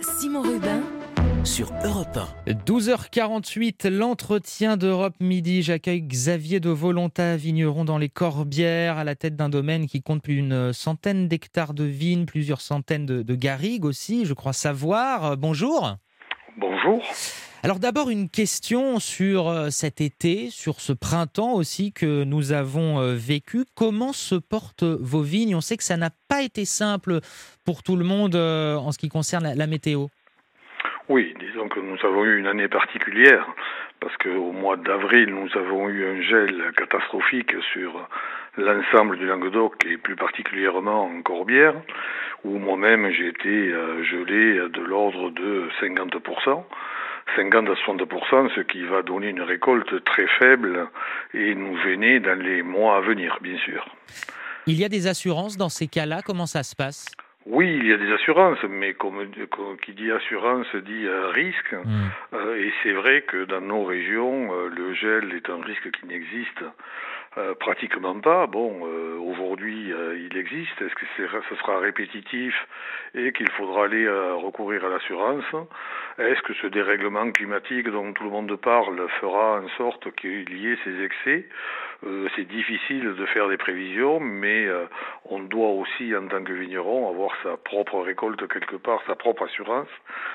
Simon Rubin sur Europe 1. 12h48, l'entretien d'Europe Midi. J'accueille Xavier de Volontat, vigneron dans les Corbières, à la tête d'un domaine qui compte plus d'une centaine d'hectares de vignes, plusieurs centaines de garrigues aussi, je crois savoir. Bonjour. Bonjour. Alors d'abord une question sur cet été, sur ce printemps aussi que nous avons vécu. Comment se portent vos vignes ? On sait que ça n'a pas été simple pour tout le monde en ce qui concerne la météo. Oui, disons que nous avons eu une année particulière parce qu'au mois d'avril, nous avons eu un gel catastrophique sur l'ensemble du Languedoc et plus particulièrement en Corbières, où moi-même j'ai été gelé de l'ordre de 50%. 50 à 60%, ce qui va donner une récolte très faible et nous gêner dans les mois à venir, bien sûr. Il y a des assurances dans ces cas-là, comment ça se passe ? Oui, il y a des assurances, mais comme qui dit assurance dit risque. Et c'est vrai que dans nos régions, le gel est un risque qui n'existe pratiquement pas. Bon, aujourd'hui, il existe. Est-ce que ce sera répétitif et qu'il faudra aller recourir à l'assurance ? Est-ce que ce dérèglement climatique dont tout le monde parle fera en sorte qu'il y ait ces excès ? C'est difficile de faire des prévisions, mais on doit aussi, en tant que vigneron, avoir sa propre récolte quelque part, sa propre assurance,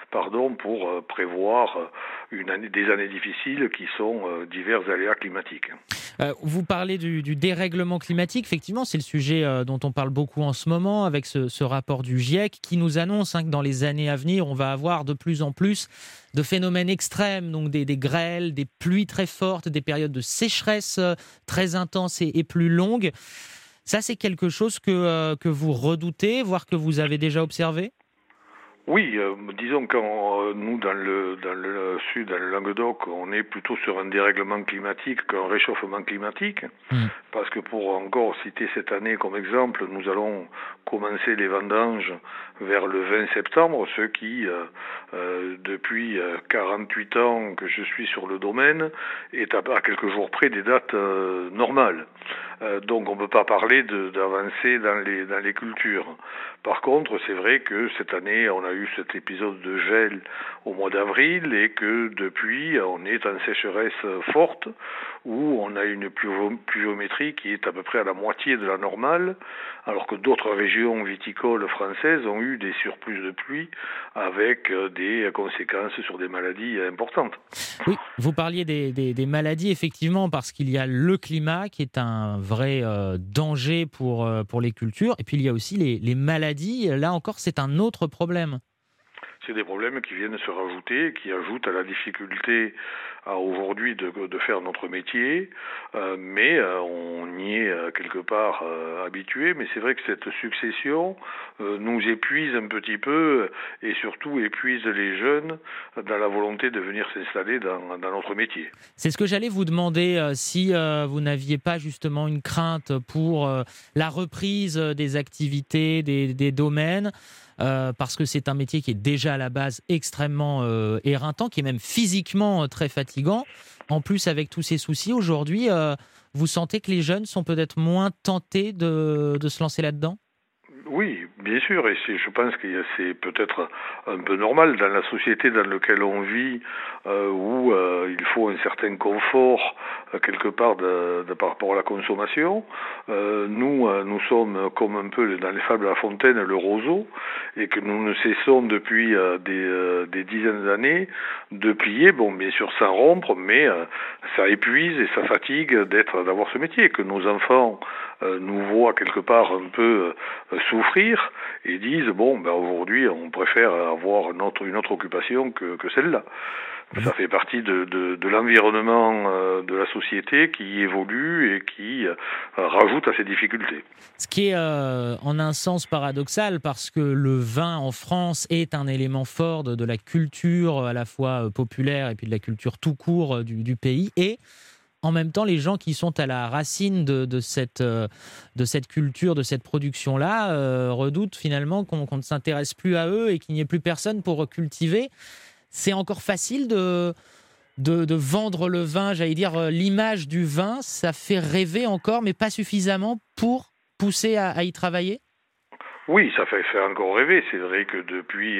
pour prévoir des années difficiles qui sont divers aléas climatiques. Vous parlez du dérèglement climatique, effectivement, c'est le sujet dont on parle beaucoup en ce moment, avec ce rapport du GIEC qui nous annonce que dans les années à venir, on va avoir de plus en plus de phénomènes extrêmes, donc des grêles, des pluies très fortes, des périodes de sécheresse très intenses et plus longues. Ça, c'est quelque chose que vous redoutez, voire que vous avez déjà observé ? Oui, disons que nous, dans le sud, dans le Languedoc, on est plutôt sur un dérèglement climatique qu'un réchauffement climatique. Parce que pour encore citer cette année comme exemple, nous allons commencer les vendanges vers le 20 septembre, ce qui, depuis 48 ans que je suis sur le domaine, est à quelques jours près des dates normales. Donc on ne peut pas parler d'avancer dans les cultures. Par contre, c'est vrai que cette année, on a eu cet épisode de gel au mois d'avril et que depuis, on est en sécheresse forte où on a une pluviométrie qui est à peu près à la moitié de la normale, alors que d'autres régions viticoles françaises ont eu des surplus de pluie avec des conséquences sur des maladies importantes. Oui, vous parliez des maladies, effectivement, parce qu'il y a le climat qui est un vrai danger pour les cultures, et puis il y a aussi les maladies. Là encore, c'est un autre problème. C'est des problèmes qui viennent se rajouter, qui ajoutent à la difficulté aujourd'hui de faire notre métier, mais on y est quelque part habitué. Mais c'est vrai que cette succession nous épuise un petit peu et surtout épuise les jeunes dans la volonté de venir s'installer dans notre métier. C'est ce que j'allais vous demander, si vous n'aviez pas justement une crainte pour la reprise des activités, des domaines, parce que c'est un métier qui est déjà à la base extrêmement éreintant, qui est même physiquement très fatigant. En plus, avec tous ces soucis, aujourd'hui, vous sentez que les jeunes sont peut-être moins tentés de se lancer là-dedans ? Oui, bien sûr, et je pense que c'est peut-être un peu normal dans la société dans laquelle on vit, où il faut un certain confort quelque part par rapport à la consommation. Nous sommes comme un peu dans les fables de La Fontaine, le roseau, et que nous ne cessons depuis des dizaines d'années de plier, bon, bien sûr sans rompre, mais ça épuise et ça fatigue d'avoir ce métier, que nos enfants nous voient quelque part un peu souffrir et disent aujourd'hui on préfère avoir une autre occupation que celle-là. Ça fait partie de l'environnement de la société qui évolue et qui rajoute à ces difficultés. Ce qui est en un sens paradoxal, parce que le vin en France est un élément fort de la culture à la fois populaire et puis de la culture tout court du pays, et en même temps, les gens qui sont à la racine de cette culture, de cette production-là, redoutent finalement qu'on ne s'intéresse plus à eux et qu'il n'y ait plus personne pour cultiver. C'est encore facile de vendre le vin, j'allais dire l'image du vin, ça fait rêver encore, mais pas suffisamment pour pousser à y travailler ? Oui, ça fait encore rêver. C'est vrai que depuis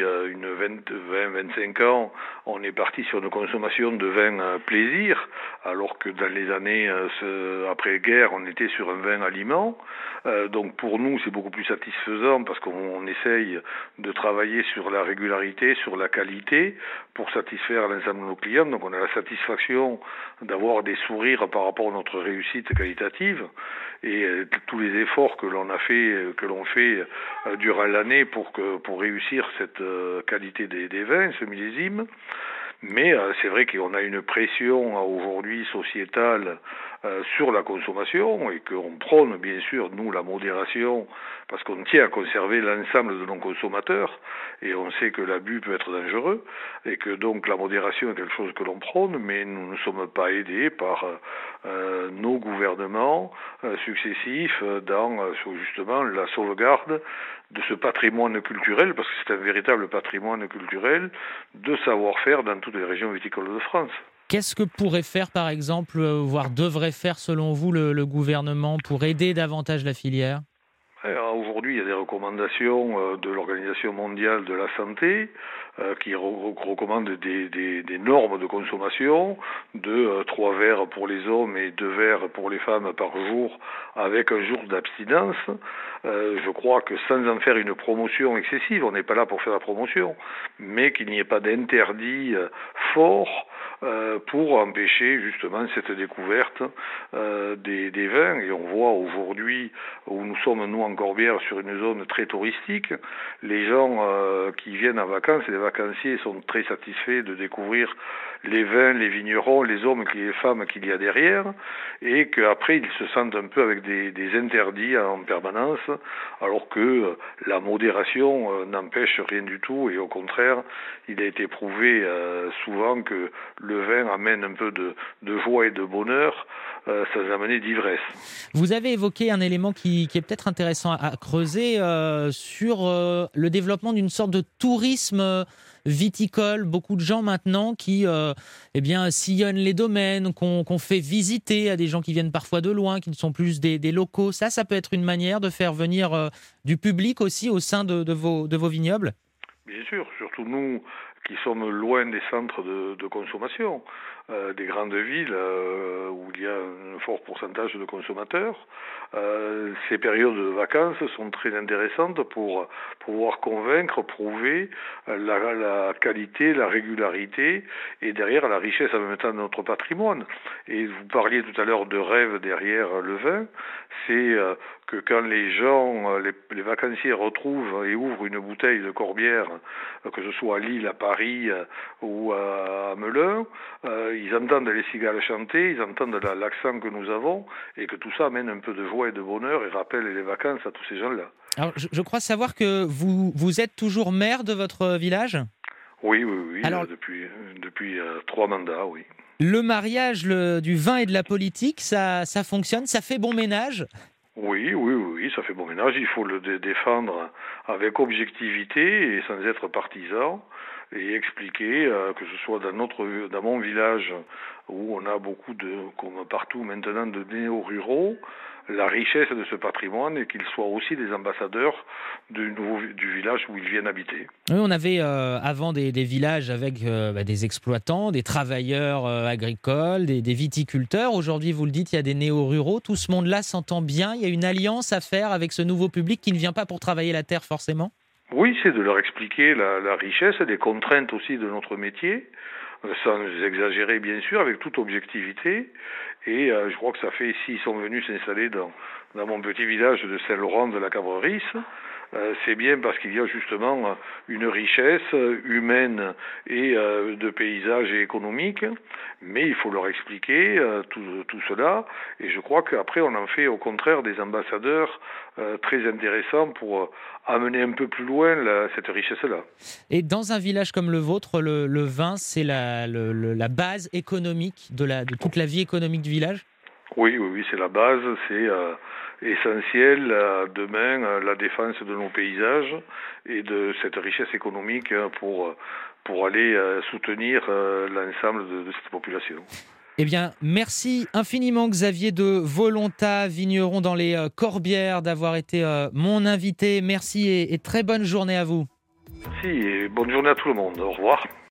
25 ans, on est parti sur une consommation de vin plaisir, alors que dans les années après-guerre, on était sur un vin aliment. Donc pour nous, c'est beaucoup plus satisfaisant parce qu'on essaye de travailler sur la régularité, sur la qualité, pour satisfaire l'ensemble de nos clients. Donc on a la satisfaction d'avoir des sourires par rapport à notre réussite qualitative et tous les efforts que l'on fait durant l'année pour réussir cette qualité des vins, ce millésime. Mais c'est vrai qu'on a une pression aujourd'hui sociétale sur la consommation et qu'on prône bien sûr, nous, la modération parce qu'on tient à conserver l'ensemble de nos consommateurs et on sait que l'abus peut être dangereux et que donc la modération est quelque chose que l'on prône, mais nous ne sommes pas aidés par nos gouvernements successifs sur justement la sauvegarde de ce patrimoine culturel, parce que c'est un véritable patrimoine culturel de savoir-faire dans toutes les régions viticoles de France. Qu'est-ce que pourrait faire, par exemple, voire devrait faire, selon vous, le gouvernement pour aider davantage la filière ? Aujourd'hui, il y a des recommandations de l'Organisation mondiale de la santé qui recommande des normes de consommation de 3 verres pour les hommes et 2 verres pour les femmes par jour avec un jour d'abstinence. Je crois que sans en faire une promotion excessive, on n'est pas là pour faire la promotion, mais qu'il n'y ait pas d'interdit fort pour empêcher justement cette découverte des vins. Et on voit aujourd'hui où nous sommes, nous, en Corbière, sur une zone très touristique, les gens qui viennent en vacances et les vacanciers sont très satisfaits de découvrir les vins, les vignerons, les hommes et les femmes qu'il y a derrière, et qu'après ils se sentent un peu avec des interdits en permanence, alors que la modération n'empêche rien du tout, et au contraire, il a été prouvé souvent que le vin amène un peu de joie et de bonheur, sans amener d'ivresse. Vous avez évoqué un élément qui est peut-être intéressant à creuser sur le développement d'une sorte de tourisme viticole. Beaucoup de gens maintenant qui sillonnent les domaines, qu'on fait visiter à des gens qui viennent parfois de loin, qui ne sont plus des locaux. Ça peut être une manière de faire venir du public aussi au sein de vos vignobles ? Bien sûr, surtout nous qui sommes loin des centres de consommation, des grandes villes où il y a un fort pourcentage de consommateurs. Ces périodes de vacances sont très intéressantes pour pouvoir convaincre, prouver la qualité, la régularité et derrière la richesse en même temps de notre patrimoine. Et vous parliez tout à l'heure de rêve derrière le vin, c'est que quand les gens, les vacanciers retrouvent et ouvrent une bouteille de Corbière, que ce soit à Lille, à Paris ou à Melun, ils entendent les cigales chanter, ils entendent l'accent que nous avons et que tout ça amène un peu de joie et de bonheur et rappelle les vacances à tous ces gens-là. Alors, je crois savoir que vous êtes toujours maire de votre village ? Oui. Alors, depuis 3 mandats, oui. Le mariage du vin et de la politique, ça fonctionne, ça fait bon ménage ? Oui, ça fait bon ménage. Il faut le défendre avec objectivité et sans être partisan et expliquer que ce soit dans mon village où on a beaucoup comme partout maintenant, de néo-ruraux, la richesse de ce patrimoine et qu'ils soient aussi des ambassadeurs du village où ils viennent habiter. Oui, on avait avant des villages avec des exploitants, des travailleurs agricoles, des viticulteurs. Aujourd'hui, vous le dites, il y a des néo-ruraux. Tout ce monde-là s'entend bien. Il y a une alliance à faire avec ce nouveau public qui ne vient pas pour travailler la terre forcément ? Oui, c'est de leur expliquer la richesse, les contraintes aussi de notre métier, sans exagérer bien sûr, avec toute objectivité. Et je crois que ça fait, s'ils sont venus s'installer dans mon petit village de Saint-Laurent de la Cabrerisse, c'est bien parce qu'il y a justement une richesse humaine et de paysage et économique, mais il faut leur expliquer tout cela, et je crois qu'après on en fait au contraire des ambassadeurs très intéressants pour amener un peu plus loin cette richesse-là. Et dans un village comme le vôtre, le vin, c'est la base économique de toute la vie économique du village ? Oui, c'est la base, c'est essentiel demain la défense de nos paysages et de cette richesse économique pour aller soutenir l'ensemble de cette population. Eh bien, merci infiniment Xavier de Volontas, vigneron dans les Corbières, d'avoir été mon invité. Merci et très bonne journée à vous. Merci et bonne journée à tout le monde. Au revoir.